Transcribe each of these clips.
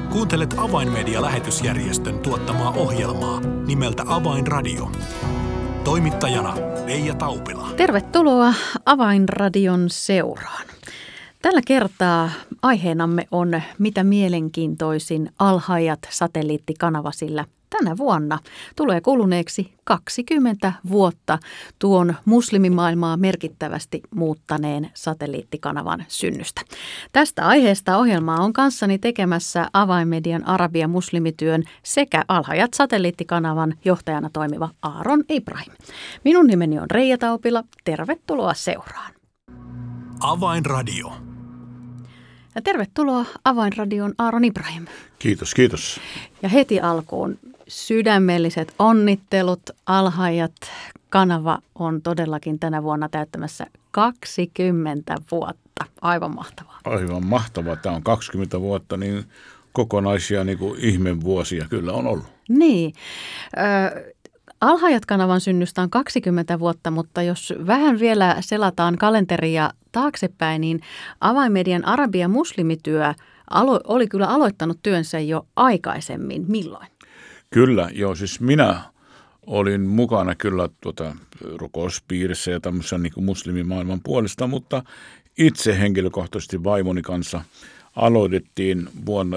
Kuuntelet Avainmedia-lähetysjärjestön tuottamaa ohjelmaa nimeltä Avainradio. Toimittajana Leija Taupila. Tervetuloa Avainradion seuraan. Tällä kertaa aiheenamme on mitä mielenkiintoisin Al-Hayat satelliittikanava, sillä tänä vuonna tulee kuluneeksi 20 vuotta tuon muslimimaailmaa merkittävästi muuttaneen satelliittikanavan synnystä. Tästä aiheesta ohjelmaa on kanssani tekemässä Avainmedian Arabia muslimityön sekä Al-Hayat satelliittikanavan johtajana toimiva Aaron Ibrahim. Minun nimeni on Leija Taupila. Tervetuloa seuraan. Avainradio. Ja tervetuloa Avainradion Aaron Ibrahim. Kiitos, kiitos. Ja heti alkuun sydämelliset onnittelut. Al-Hayat-kanava on todellakin tänä vuonna täyttämässä 20 vuotta. Aivan mahtavaa. Aivan mahtavaa. Tämä on 20 vuotta, niin kokonaisia niin kuin ihmevuosia kyllä on ollut. Niin. Al-Hayat-kanavan synnystä on 20 vuotta, mutta jos vähän vielä selataan kalenteria taaksepäin, niin Avainmedian Arabia muslimityö oli kyllä aloittanut työnsä jo aikaisemmin. Milloin? Kyllä, joo. Siis minä olin mukana kyllä rukouspiirissä ja tämmöisessä niin kuin muslimimaailman puolesta, mutta itse henkilökohtaisesti vaimoni kanssa aloitettiin vuonna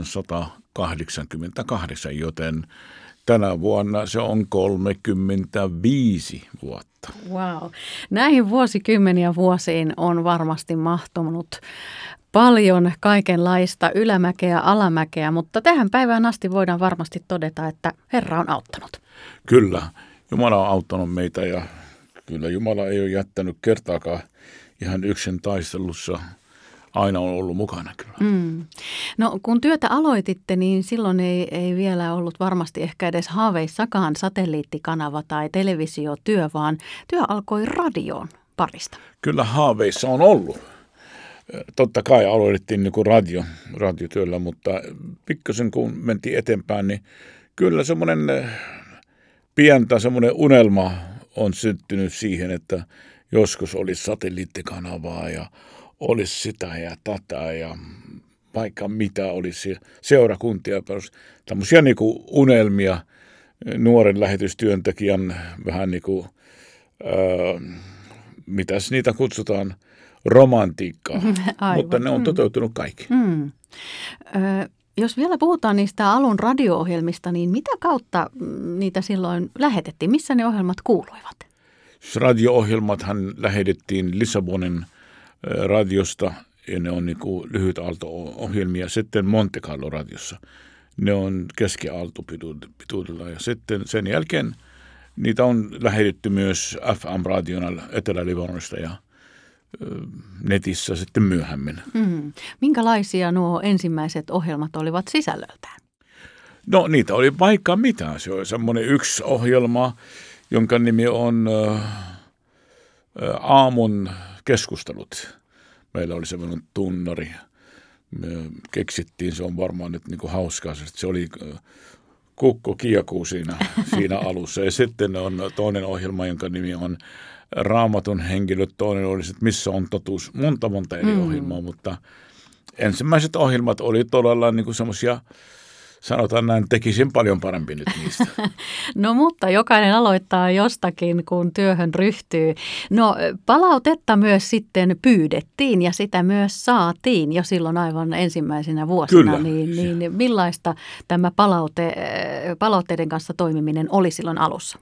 1988, joten tänä vuonna se on 35 vuotta. Wow. Näihin vuosiin on varmasti mahtunut paljon kaikenlaista ylämäkeä, alamäkeä, mutta tähän päivään asti voidaan varmasti todeta, että Herra on auttanut. Kyllä, Jumala on auttanut meitä ja kyllä Jumala ei ole jättänyt kertaakaan ihan yksin taistelussa. Aina on ollut mukana kyllä. No kun työtä aloititte, niin silloin ei vielä ollut varmasti ehkä edes haaveissakaan satelliittikanava tai televisiotyö, vaan työ alkoi radion parista. Kyllä haaveissa on ollut. Totta kai aloitettiin niin kuin radiotyöllä, mutta pikkasen kun mentiin eteenpäin, niin kyllä semmoinen semmoinen unelma on syntynyt siihen, että joskus olisi satelliittikanavaa ja olisi sitä ja tätä ja vaikka mitä olisi seurakuntia, tämmöisiä niin kuin unelmia nuoren lähetystyöntekijän vähän niin kuin, mitäs niitä kutsutaan, romantiikkaa, mutta ne on toteutunut kaikki. Jos vielä puhutaan niistä alun radio-ohjelmista, niin mitä kautta niitä silloin lähetettiin? Missä ne ohjelmat kuuluivat? Radio-ohjelmathan lähetettiin Lissabonin radiosta ja ne on niin kuin lyhytaalto-ohjelmia. Sitten Monte Carlo radiossa. Ne on keskiaaltopituudella ja sitten sen jälkeen niitä on lähetetty myös FM-radiona Etelä-Libanonista ja netissä sitten myöhemmin. Minkälaisia nuo ensimmäiset ohjelmat olivat sisällöltään? No niitä oli vaikka mitä. Se oli semmoinen yksi ohjelma, jonka nimi on Aamun keskustelut. Meillä oli semmoinen tunnari. Me keksittiin, se on varmaan nyt niin kuin hauskaa. Se oli Kukko Kiekuu siinä alussa. Ja sitten on toinen ohjelma, jonka nimi on Raamatun henkilöt. Toinen oli, että missä on totuus. Monta eri ohjelmaa, mutta ensimmäiset ohjelmat oli todella niin kuin semmoisia, sanotaan näin, tekisin paljon parempi nyt niistä. No mutta jokainen aloittaa jostakin, kun työhön ryhtyy. No palautetta myös sitten pyydettiin ja sitä myös saatiin jo silloin aivan ensimmäisenä vuosina. Kyllä. Niin millaista tämä palautteiden kanssa toimiminen oli silloin alussa?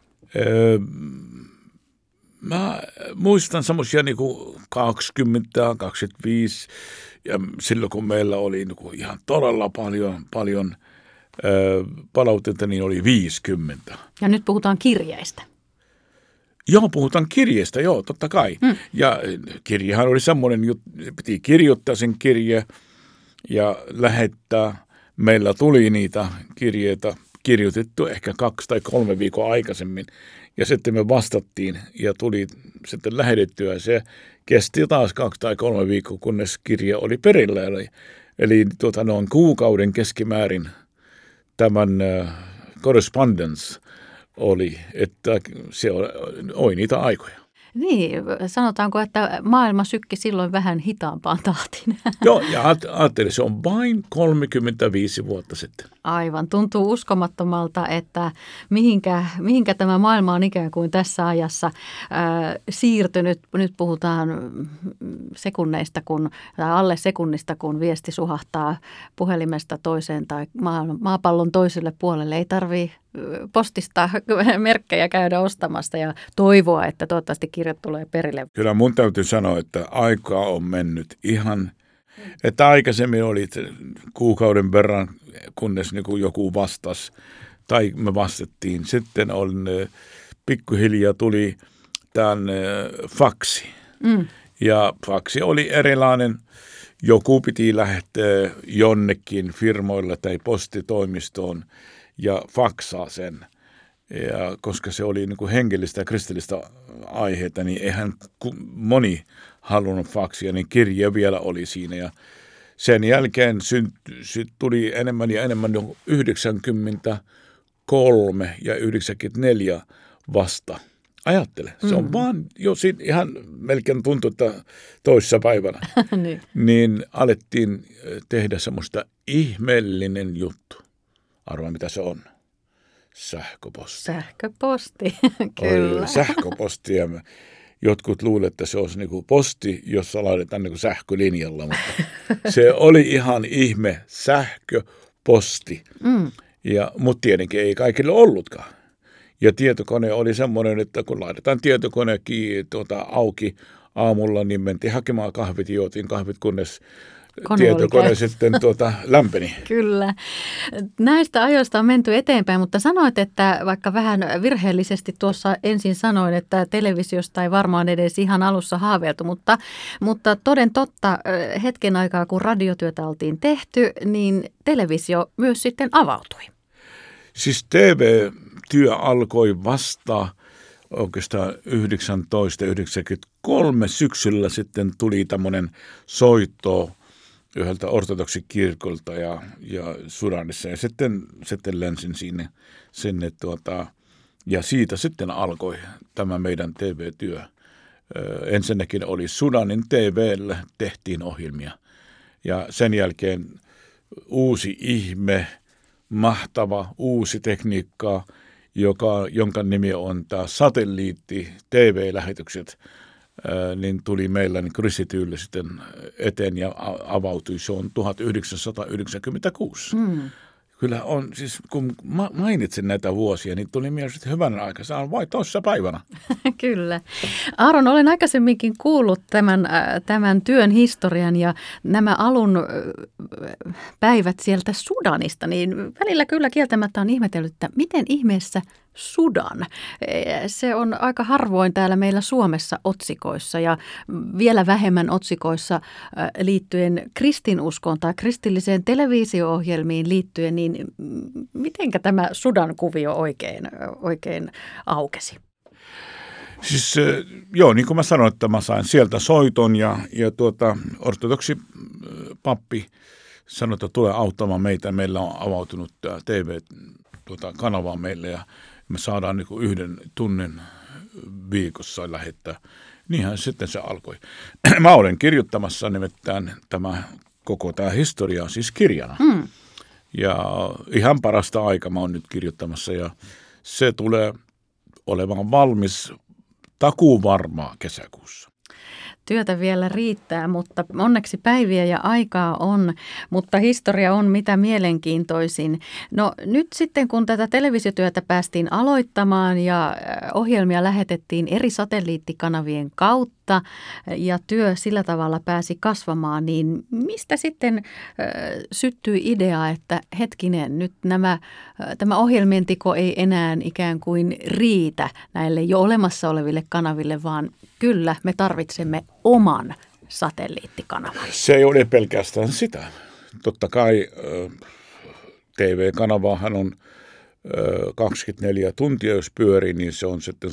Mä muistan semmoisia niin kuin 20, 25 ja silloin kun meillä oli niin kuin ihan todella paljon palautteita, niin oli 50. Ja nyt puhutaan kirjeistä. Joo, puhutaan kirjeestä, joo, totta kai. Ja kirjahan oli semmoinen, piti kirjoittaa sen kirje ja lähettää. Meillä tuli niitä kirjeitä kirjoitettu ehkä 2 tai 3 viikkoa aikaisemmin. Ja sitten me vastattiin ja tuli sitten lähetettyä. Se kesti taas 2 tai 3 viikkoa, kunnes kirja oli perillä. Eli noin kuukauden keskimäärin tämän correspondence oli, että se oli niitä aikoja. Niin, sanotaanko, että maailma sykki silloin vähän hitaampaan tahtiin. Joo, ja ajattelin, se on vain 35 vuotta sitten. Aivan, tuntuu uskomattomalta, että mihinkä tämä maailma on ikään kuin tässä ajassa siirtynyt. Nyt puhutaan sekunneista, tai alle sekunnista, kun viesti suhahtaa puhelimesta toiseen tai maapallon toiselle puolelle. Ei tarvitse postista merkkejä käydä ostamassa ja toivoa, että toivottavasti kirjat tulee perille. Kyllä mun täytyy sanoa, että aikaa on mennyt ihan, että aikaisemmin oli kuukauden verran, kunnes niin joku vastasi tai me vastattiin. Sitten pikkuhiljaa tuli tämän faksi. Ja faksi oli erilainen. Joku piti lähettää jonnekin firmoille tai postitoimistoon ja faksaa sen. Ja koska se oli niin kuin hengellistä ja kristillistä aiheita, niin eihän moni halunnut faksia, niin kirje vielä oli siinä. Ja sen jälkeen tuli enemmän ja enemmän 93 ja 94 vasta. Ajattele, se on vaan jo ihan melkein tuntuu, että toissa päivänä. Niin alettiin tehdä semmoista ihmeellinen juttu. Arvaa, mitä se on. Sähköposti. Sähköposti, kyllä. Sähköposti. Ja jotkut luulevat, että se olisi niin kuin posti, jossa laitetaan niin kuin sähkölinjalla, mutta se oli ihan ihme sähköposti. Mutta tietenkin ei kaikille ollutkaan. Ja tietokone oli semmoinen, että kun laitetaan tietokone auki aamulla, niin mentiin hakemaan kahvit, juotiin kahvit, kunnes tietokone sitten lämpeni. Kyllä. Näistä ajoista on menty eteenpäin, mutta sanoit, että vaikka vähän virheellisesti tuossa ensin sanoin, että televisiosta ei varmaan edes ihan alussa haaveiltu, mutta toden totta hetken aikaa, kun radiotyötä oltiin tehty, niin televisio myös sitten avautui. Siis TV-työ alkoi vasta oikeastaan 1993 syksyllä sitten tuli tämmöinen soitto yhdeltä ortodoksikirkolta ja Sudanissa ja sitten lensin sinne ja siitä sitten alkoi tämä meidän TV-työ. Ensinnäkin oli Sudanin TV:llä tehtiin ohjelmia ja sen jälkeen uusi ihme, mahtava uusi tekniikka, jonka nimi on tämä satelliitti TV-lähetykset, niin tuli meillä niin kristityille sitten eteen ja avautui. Se on 1996. Kyllä on, siis kun mainitsin näitä vuosia, niin tuli mielestäni hyvänä aika. Se on vain toissa päivänä. Kyllä. Aaron, olen aikaisemminkin kuullut tämän työn historian ja nämä alun päivät sieltä Sudanista, niin välillä kyllä kieltämättä on ihmetellyt, että miten ihmeessä Sudan. Se on aika harvoin täällä meillä Suomessa otsikoissa ja vielä vähemmän otsikoissa liittyen kristinuskoon tai kristilliseen televisio-ohjelmiin liittyen, niin mitenkä tämä Sudan-kuvio oikein aukesi? Siis joo, niin kuin mä sanoin, että mä sain sieltä soiton ja ortodoksi pappi sanoi, että tulee auttamaan meitä. Meillä on avautunut tämä TV-kanava meille ja me saadaan niin kuin 1 tunnin viikossa lähettää. Niinhän sitten se alkoi. Mä olen kirjoittamassa nimittäin koko tämä historia siis kirjana. Ja ihan parasta aikaa mä oon nyt kirjoittamassa ja se tulee olemaan valmis takuuvarmaa kesäkuussa. Työtä vielä riittää, mutta onneksi päiviä ja aikaa on, mutta historia on mitä mielenkiintoisin. No nyt sitten kun tätä televisiotyötä päästiin aloittamaan ja ohjelmia lähetettiin eri satelliittikanavien kautta ja työ sillä tavalla pääsi kasvamaan, niin mistä sitten syttyi idea, että hetkinen, nyt tämä ohjelmien teko ei enää ikään kuin riitä näille jo olemassa oleville kanaville, vaan kyllä me tarvitsemme oman satelliittikanavan. Se ei ole pelkästään sitä. Totta kai TV-kanavahan on 24 tuntia, jos pyörii, niin se on sitten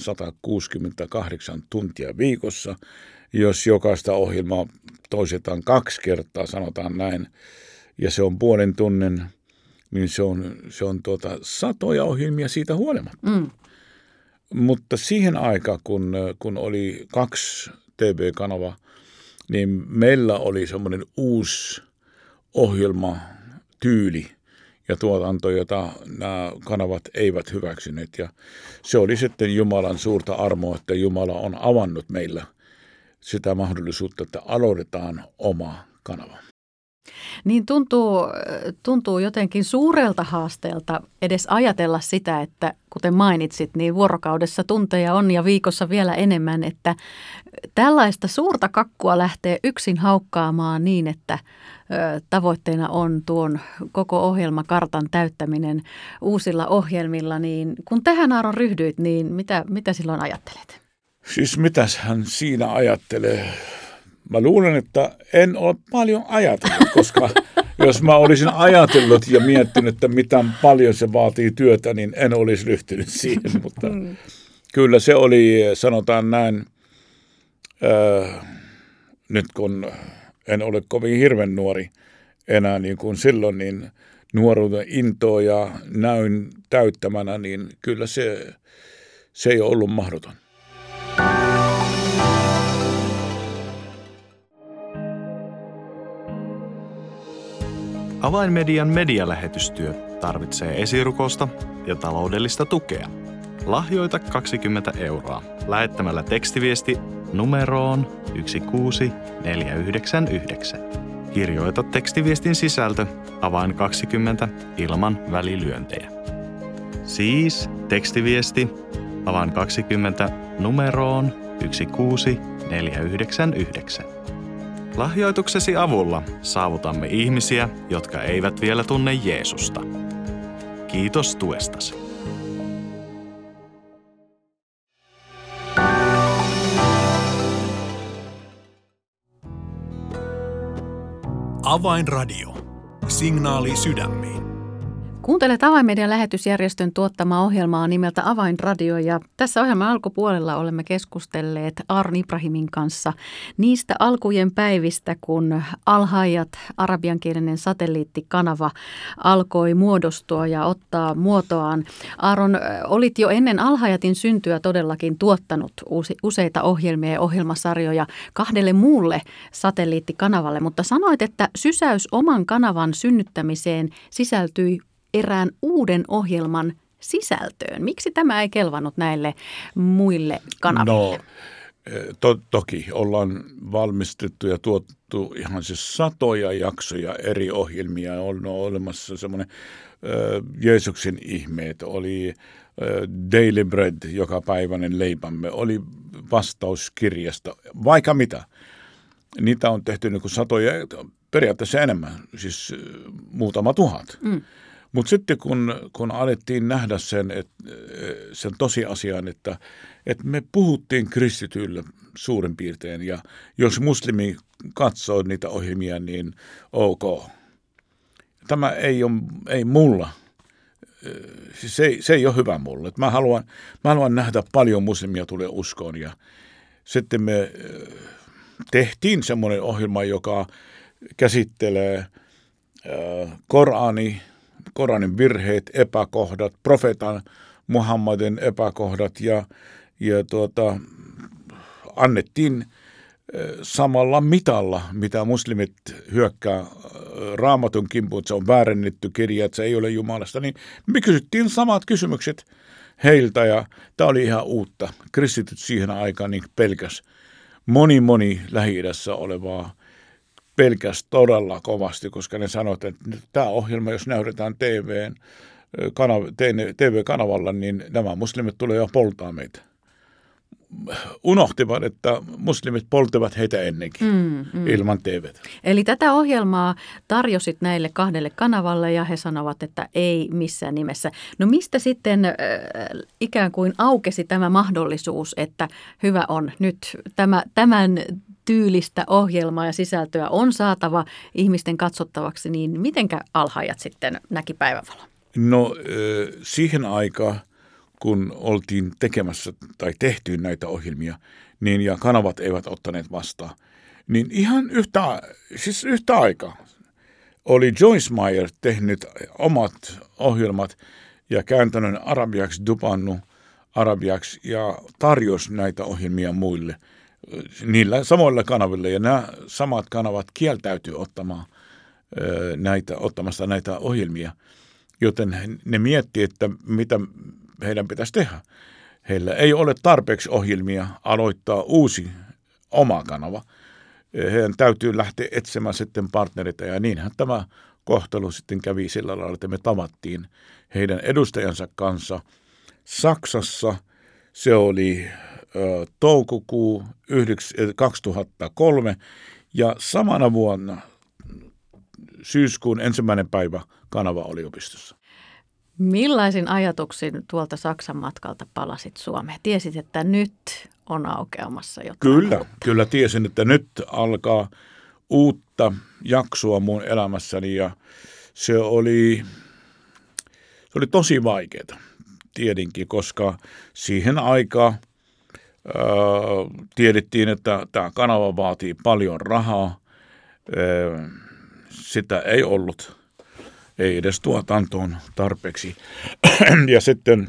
168 tuntia viikossa. Jos jokaista ohjelmaa toistetaan 2 kertaa, sanotaan näin, ja se on puolen tunnin, niin se on satoja ohjelmia siitä huolimatta. Mutta siihen aikaan, kun oli 2 TV-kanavaa, niin meillä oli semmoinen uusi ohjelmatyyli ja tuotanto, jota nämä kanavat eivät hyväksyneet. Ja se oli sitten Jumalan suurta armoa, että Jumala on avannut meillä sitä mahdollisuutta, että aloitetaan oma kanava. Niin tuntuu jotenkin suurelta haasteelta edes ajatella sitä, että kuten mainitsit, niin vuorokaudessa tunteja on ja viikossa vielä enemmän, että tällaista suurta kakkua lähtee yksin haukkaamaan niin, että tavoitteena on tuon koko ohjelmakartan täyttäminen uusilla ohjelmilla. Niin kun tähän, Aaron, ryhdyit, niin mitä silloin ajattelet? Siis mitäs hän siinä ajattelee? Mä luulen, että en ole paljon ajatellut, koska jos mä olisin ajatellut ja miettinyt, että miten paljon se vaatii työtä, niin en olisi ryhtynyt siihen. Mutta kyllä se oli, sanotaan näin, nyt kun en ole kovin hirveän nuori enää niin kuin silloin, niin nuoruuden intoa ja näyn täyttämänä, niin kyllä se ei ole ollut mahdoton. Avainmedian medialähetystyö tarvitsee esirukousta ja taloudellista tukea. Lahjoita 20 € lähettämällä tekstiviesti numeroon 16499. Kirjoita tekstiviestin sisältö avain 20 ilman välilyöntejä. Siis tekstiviesti avain 20 numeroon 16499. Lahjoituksesi avulla saavutamme ihmisiä, jotka eivät vielä tunne Jeesusta. Kiitos tuestasi. Avainradio. Signaali sydämiin. Kuuntelet Avainmedian lähetysjärjestön tuottamaa ohjelmaa nimeltä Avainradio, ja tässä ohjelman alkupuolella olemme keskustelleet Aaron Ibrahimin kanssa niistä alkujen päivistä, kun Al-Hayat, arabiankielinen satelliittikanava, alkoi muodostua ja ottaa muotoaan. Aaron, olit jo ennen Al-Hayatin syntyä todellakin tuottanut useita ohjelmia ja ohjelmasarjoja 2 muulle satelliittikanavalle, mutta sanoit, että sysäys oman kanavan synnyttämiseen sisältyi erään uuden ohjelman sisältöön. Miksi tämä ei kelvannut näille muille kanaville? No, toki ollaan valmistettu ja tuotettu ihan siis satoja jaksoja eri ohjelmia. On olemassa semmoinen Jeesuksen ihmeet, oli Daily Bread, jokapäiväinen leipämme, oli vastauskirjasta, vaikka mitä. Niitä on tehty niin kuin satoja, periaatteessa enemmän, siis muutama tuhat. Mutta sitten kun alettiin nähdä sen tosiasian, että me puhuttiin kristityille suurin piirtein, ja jos muslimi katsoo niitä ohjelmia, niin ok. Tämä ei mulla, siis se ei ole hyvä mulle. Mä haluan nähdä paljon muslimia tulee uskoon, ja sitten me tehtiin semmoinen ohjelma, joka käsittelee Koranin virheet, epäkohdat, profeetan Muhammadin epäkohdat ja annettiin samalla mitalla, mitä muslimit hyökkää Raamatun kimppuun, että se on väärennetty kirja, että se ei ole Jumalasta, niin me kysyttiin samat kysymykset heiltä ja tämä oli ihan uutta. Kristityt siihen aikaan niin pelkäs moni Lähi-idässä olevaa pelkäs todella kovasti, koska ne sanoivat, että tämä ohjelma, jos näytetään TV-kanavalla, niin nämä muslimit tulee jo poltaa meitä. Unohtivat, että muslimit poltivat heitä ennenkin ilman TVtä. Eli tätä ohjelmaa tarjosit näille 2 kanavalle ja he sanovat, että ei missään nimessä. No mistä sitten ikään kuin aukesi tämä mahdollisuus, että hyvä on nyt tämän tyylistä ohjelmaa ja sisältöä on saatava ihmisten katsottavaksi, niin mitenkä Al-Hayat sitten näki päivänvalon? No siihen aikaan, kun oltiin tekemässä tai tehtyyn näitä ohjelmia, niin ja kanavat eivät ottaneet vastaan, niin ihan yhtä aikaa oli Joyce Meyer tehnyt omat ohjelmat ja kääntänyt arabiaksi, dupannut arabiaksi ja tarjosi näitä ohjelmia muille niillä samoilla kanavilla. Ja nämä samat kanavat kieltäytyy ottamasta näitä ohjelmia, joten ne miettii, että mitä heidän pitäisi tehdä. Heillä ei ole tarpeeksi ohjelmia aloittaa uusi oma kanava. Heidän täytyy lähteä etsimään sitten partnerita, ja niinhän tämä kohtelu sitten kävi sillä lailla, että me tavattiin heidän edustajansa kanssa Saksassa. Se oli toukokuu 2003, ja samana vuonna syyskuun 1. päivä kanava oli yliopistossa. Millaisin ajatuksin tuolta Saksan matkalta palasit Suomeen? Tiesit, että nyt on aukeamassa jotain. Kyllä tiesin, että nyt alkaa uutta jaksoa mun elämässäni, ja se oli tosi vaikeaa tietenkin, koska siihen aikaan tiedettiin, että tämä kanava vaatii paljon rahaa. Sitä ei ollut, ei edes tuotantoon tarpeeksi. Ja sitten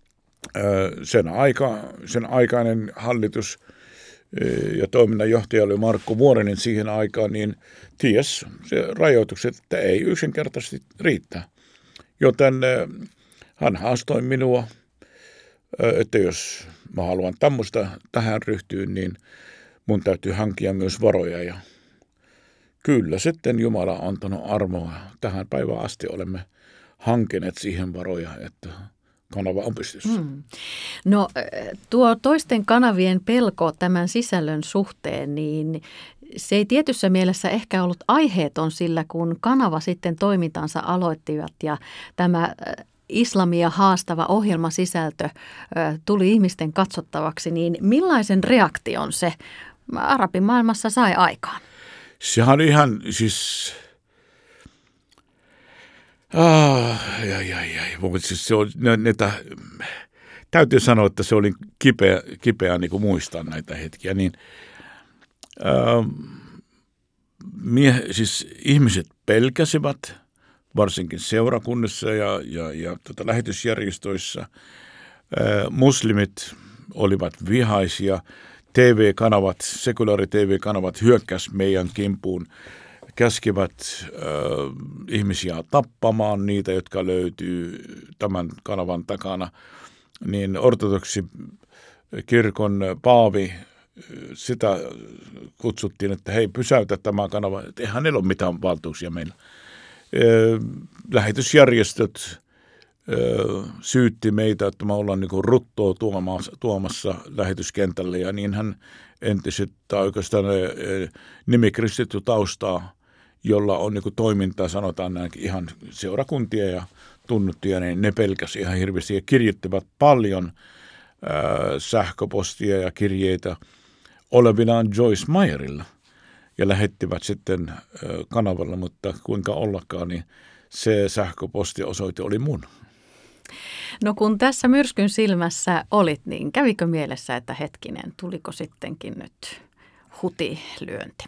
sen aikainen hallitus ja toiminnanjohtaja oli Markku Vuorinen siihen aikaan, niin ties se rajoitukset, että ei yksinkertaisesti riittää. Joten hän haastoi minua, että jos mä haluan tähän ryhtyä, niin mun täytyy hankkia myös varoja. Ja kyllä sitten Jumala on antanut armoa. Tähän päivään asti olemme hankineet siihen varoja, että kanava on pystyssä. No tuo toisten kanavien pelko tämän sisällön suhteen, niin se ei tietyssä mielessä ehkä ollut aiheeton, sillä kun kanava sitten toimintansa aloittivat ja tämä islamia haastava ohjelmasisältö tuli ihmisten katsottavaksi, niin millaisen reaktion se arabimaailmassa sai aikaan? Sehän oli ihan siis se oli, täytyy sanoa, että se oli kipeä niin kuin muistaa näitä hetkiä. Niin, siis ihmiset pelkäsivät, varsinkin seurakunnissa ja lähetysjärjestöissä. Muslimit olivat vihaisia. TV-kanavat, sekulaari-TV-kanavat hyökkäs meidän kimpuun, käskivät ihmisiä tappamaan niitä, jotka löytyy tämän kanavan takana. Niin ortodoksi kirkon paavi, sitä kutsuttiin, että hei, pysäytä tämä kanava, että ei hänellä ole mitään valtuuksia meillä. Lähetysjärjestöt syytti meitä, että me ollaan niin kuin ruttoa tuomassa lähetyskentälle, ja niin hän entiset tai oikeastaan nimikristitty taustaa, jolla on niin kuin toimintaa, sanotaan näinkin ihan seurakuntia ja tunnuttuja, niin ne pelkäsi ihan hirveästi ja kirjoittivat paljon sähköpostia ja kirjeitä olevinaan Joyce Meyerilla ja lähettivät sitten kanavalla, mutta kuinka ollakaan, niin se sähköpostiosoite oli mun. No kun tässä myrskyn silmässä olit, niin kävikö mielessä, että hetkinen, tuliko sittenkin nyt hutilyönti?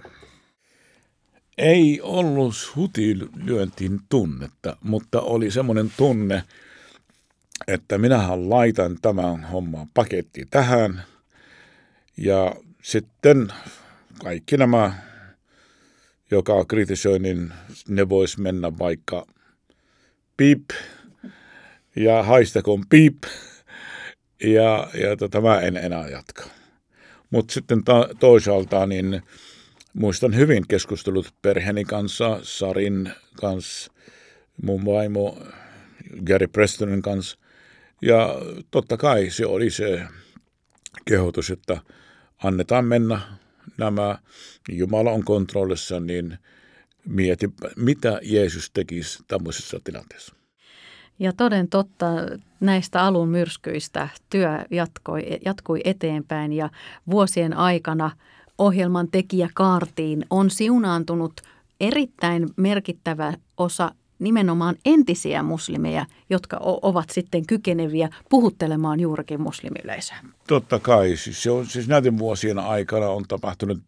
Ei ollut hutilyöntin tunnetta, mutta oli semmoinen tunne, että minähän laitan tämän homman paketti tähän. Ja sitten kaikki nämä, joka kritisoi, niin ne vois mennä vaikka piip ja haistakoon piip. Ja mä en enää jatka. Mutta sitten toisaalta niin muistan hyvin keskustelut perheeni kanssa, Sarin kanssa, mun vaimo Gary Prestonin kanssa. Ja totta kai se oli se kehotus, että annetaan mennä nämä, Jumala on kontrollissa, niin mieti, mitä Jeesus tekisi tämmöisessä tilanteessa. Ja toden totta, näistä alun myrskyistä työ jatkui eteenpäin ja vuosien aikana ohjelman tekijäkaartiin on siunaantunut erittäin merkittävä osa nimenomaan entisiä muslimeja, jotka ovat sitten kykeneviä puhuttelemaan juurikin muslimiyleisöä. Totta kai. Siis näiden vuosien aikana on tapahtunut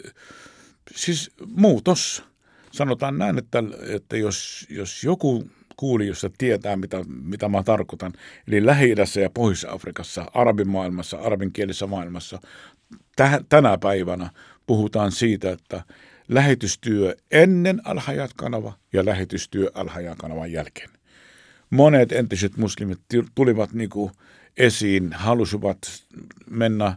muutos. Sanotaan näin, että jos joku kuulijoista tietää, mitä mä tarkoitan. Eli Lähi-idässä ja Pohjois-Afrikassa, arabimaailmassa, arabinkielisessä maailmassa tänä päivänä puhutaan siitä, että lähetystyö ennen Al-Hayat-kanava ja lähetystyö Al-Hayat-kanavan jälkeen. Monet entiset muslimit tulivat niinku esiin, halusivat mennä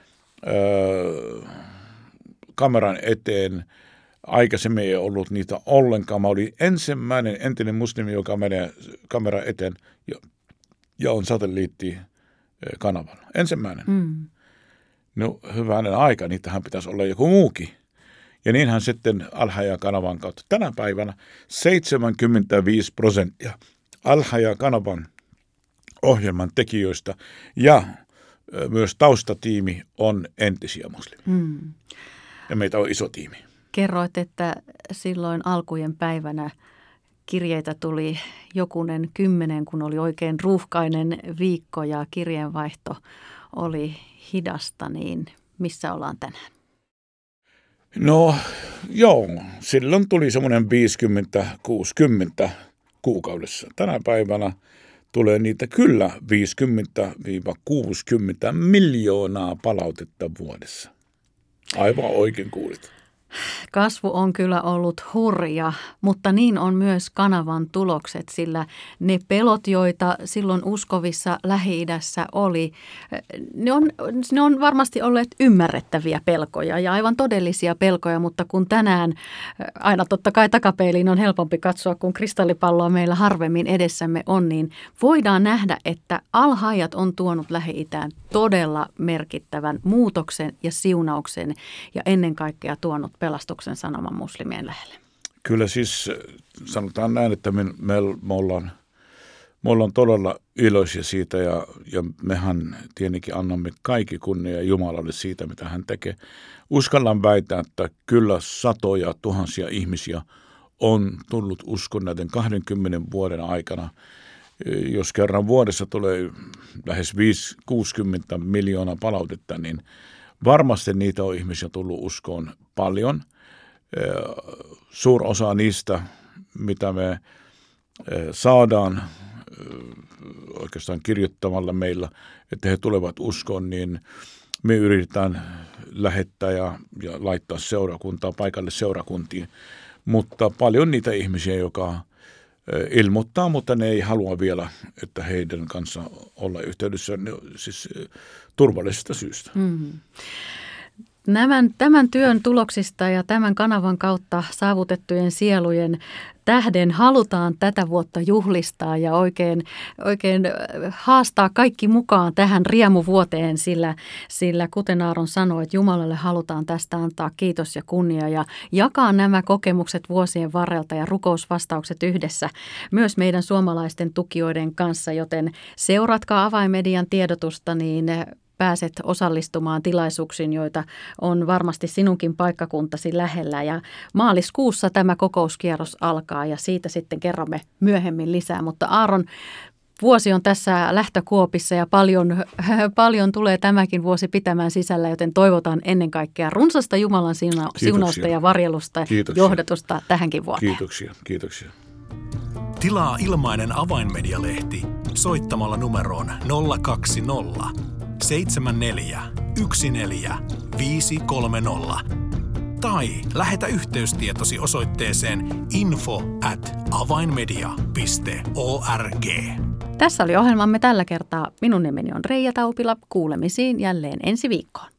kameran eteen. Aikaisemmin ei ollut niitä ollenkaan. Mä olin ensimmäinen entinen muslimi, joka menee kameran eteen ja on satelliittikanavalla. Ensimmäinen. No hyvänen aika, niitähän pitäisi olla joku muukin. Ja niinhän sitten Al-Hayat-kanavan kautta. Tänä päivänä 75% Al-Hayat-kanavan ohjelman tekijöistä ja myös taustatiimi on entisiä muslimeja. Ja meitä on iso tiimi. Kerroit, että silloin alkujen päivänä kirjeitä tuli jokunen 10, kun oli oikein ruuhkainen viikko ja kirjeenvaihto oli hidasta, niin missä ollaan tänään? No joo, silloin tuli semmoinen 50-60 kuukaudessa. Tänä päivänä tulee niitä kyllä 50-60 miljoonaa palautetta vuodessa. Aivan oikein kuulit. Kasvu on kyllä ollut hurja, mutta niin on myös kanavan tulokset, sillä ne pelot, joita silloin uskovissa Lähi-idässä oli, ne on varmasti olleet ymmärrettäviä pelkoja ja aivan todellisia pelkoja, mutta kun tänään aina totta kai takapeiliin on helpompi katsoa, kun kristallipalloa meillä harvemmin edessämme on, niin voidaan nähdä, että Al-Hayat on tuonut Lähi-itään todella merkittävän muutoksen ja siunauksen ja ennen kaikkea tuonut pelastuksen sanoman muslimien lähelle. Kyllä siis sanotaan näin, että me ollaan todella iloisia siitä ja mehän tietenkin annamme kaikki kunnia Jumalalle siitä, mitä hän tekee. Uskallan väittää, että kyllä satoja tuhansia ihmisiä on tullut uskon näiden 20 vuoden aikana. Jos kerran vuodessa tulee lähes 60 miljoonaa palautetta, niin varmasti niitä on ihmisiä tullut uskoon paljon. Suur osa niistä, mitä me saadaan oikeastaan kirjoittamalla meillä, että he tulevat uskoon, niin me yritetään lähettää ja laittaa seurakuntaa paikalle seurakuntiin. Mutta paljon niitä ihmisiä, joka ilmoittaa, mutta ne ei halua vielä, että heidän kanssa olla yhteydessä siis turvallisesta syystä. Tämän työn tuloksista ja tämän kanavan kautta saavutettujen sielujen tähden halutaan tätä vuotta juhlistaa ja oikein haastaa kaikki mukaan tähän riemuvuoteen, sillä kuten Aaron sanoi, että Jumalalle halutaan tästä antaa kiitos ja kunnia ja jakaa nämä kokemukset vuosien varrelta ja rukousvastaukset yhdessä myös meidän suomalaisten tukijoiden kanssa, joten seuratkaa Avainmedian tiedotusta, niin pääset osallistumaan tilaisuuksiin, joita on varmasti sinunkin paikkakuntasi lähellä. Ja maaliskuussa tämä kokouskierros alkaa ja siitä sitten kerromme myöhemmin lisää. Mutta Aaron, vuosi on tässä lähtökuopissa ja paljon tulee tämäkin vuosi pitämään sisällä, joten toivotaan ennen kaikkea runsasta Jumalan siunausta ja varjelusta ja johdatusta tähänkin vuoteen. Kiitoksia. Tilaa ilmainen Avainmedia-lehti soittamalla numeroon 020 74 14 530 tai lähetä yhteystietosi osoitteeseen info@avainmedia.org. Tässä oli ohjelmamme tällä kertaa. Minun nimeni on Reija Taupila. Kuulemisiin jälleen ensi viikkoon.